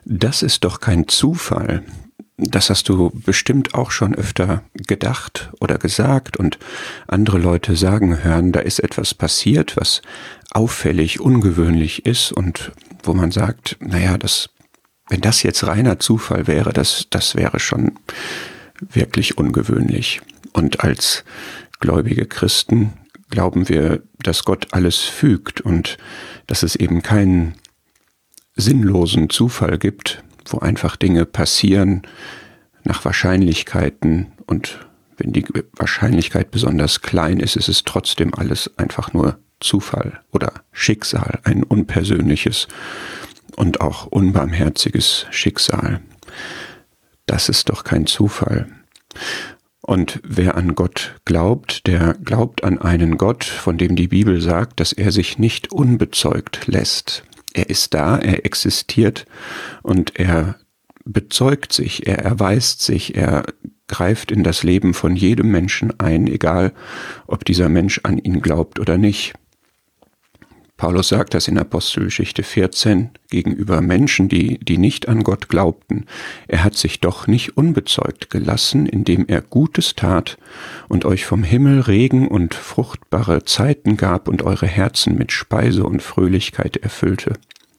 Das ist doch kein Zufall. Das hast du bestimmt auch schon öfter gedacht oder gesagt und andere Leute sagen hören, da ist etwas passiert, was auffällig, ungewöhnlich ist und wo man sagt, naja, wenn das jetzt reiner Zufall wäre, das wäre schon wirklich ungewöhnlich. Und als gläubige Christen glauben wir, dass Gott alles fügt und dass es eben keinen sinnlosen Zufall gibt, wo einfach Dinge passieren nach Wahrscheinlichkeiten und wenn die Wahrscheinlichkeit besonders klein ist, ist es trotzdem alles einfach nur Zufall oder Schicksal, ein unpersönliches und auch unbarmherziges Schicksal. Das ist doch kein Zufall. Und wer an Gott glaubt, der glaubt an einen Gott, von dem die Bibel sagt, dass er sich nicht unbezeugt lässt. Er ist da, er existiert und er bezeugt sich, er erweist sich, er greift in das Leben von jedem Menschen ein, egal ob dieser Mensch an ihn glaubt oder nicht. Paulus sagt das in Apostelgeschichte 14 gegenüber Menschen, die nicht an Gott glaubten. Er hat sich doch nicht unbezeugt gelassen, indem er Gutes tat und euch vom Himmel Regen und fruchtbare Zeiten gab und eure Herzen mit Speise und Fröhlichkeit erfüllte.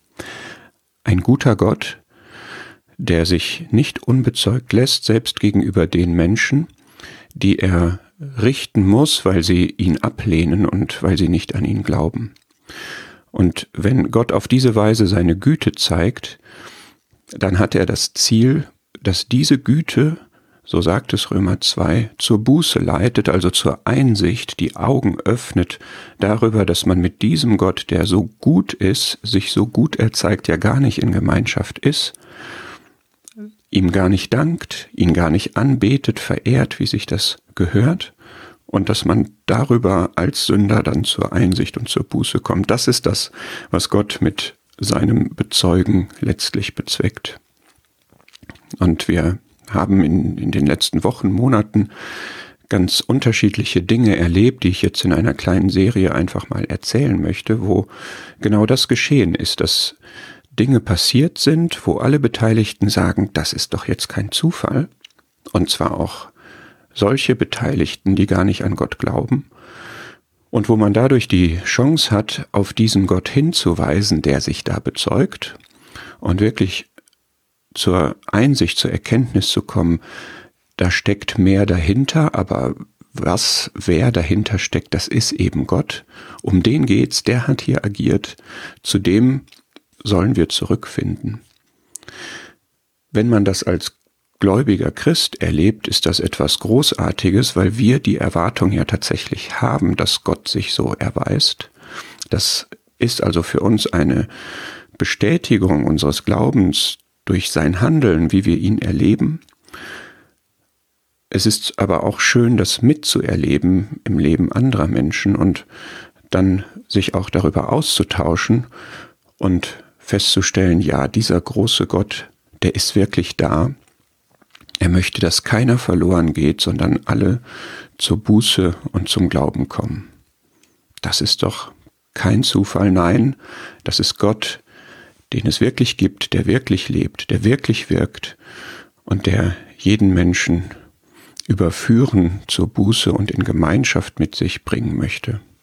Ein guter Gott, der sich nicht unbezeugt lässt, selbst gegenüber den Menschen, die er richten muss, weil sie ihn ablehnen und weil sie nicht an ihn glauben. Und wenn Gott auf diese Weise seine Güte zeigt, dann hat er das Ziel, dass diese Güte, so sagt es Römer 2, zur Buße leitet, also zur Einsicht, die Augen öffnet darüber, dass man mit diesem Gott, der so gut ist, sich so gut erzeigt, ja gar nicht in Gemeinschaft ist, ihm gar nicht dankt, ihn gar nicht anbetet, verehrt, wie sich das gehört, und dass man darüber als Sünder dann zur Einsicht und zur Buße kommt. Das ist das, was Gott mit seinem Bezeugen letztlich bezweckt. Und wir haben in den letzten Wochen, Monaten ganz unterschiedliche Dinge erlebt, die ich jetzt in einer kleinen Serie einfach mal erzählen möchte, wo genau das geschehen ist, dass Dinge passiert sind, wo alle Beteiligten sagen, das ist doch jetzt kein Zufall, und zwar auch solche Beteiligten, die gar nicht an Gott glauben, und wo man dadurch die Chance hat, auf diesen Gott hinzuweisen, der sich da bezeugt, und wirklich zur Einsicht, zur Erkenntnis zu kommen, da steckt mehr dahinter, aber wer dahinter steckt, das ist eben Gott. Um den geht's, der hat hier agiert, zu dem sollen wir zurückfinden. Wenn man das als gläubiger Christ erlebt, ist das etwas Großartiges, weil wir die Erwartung ja tatsächlich haben, dass Gott sich so erweist. Das ist also für uns eine Bestätigung unseres Glaubens durch sein Handeln, wie wir ihn erleben. Es ist aber auch schön, das mitzuerleben im Leben anderer Menschen und dann sich auch darüber auszutauschen und festzustellen, ja, dieser große Gott, der ist wirklich da. Er möchte, dass keiner verloren geht, sondern alle zur Buße und zum Glauben kommen. Das ist doch kein Zufall, nein, das ist Gott, den es wirklich gibt, der wirklich lebt, der wirklich wirkt und der jeden Menschen überführen zur Buße und in Gemeinschaft mit sich bringen möchte.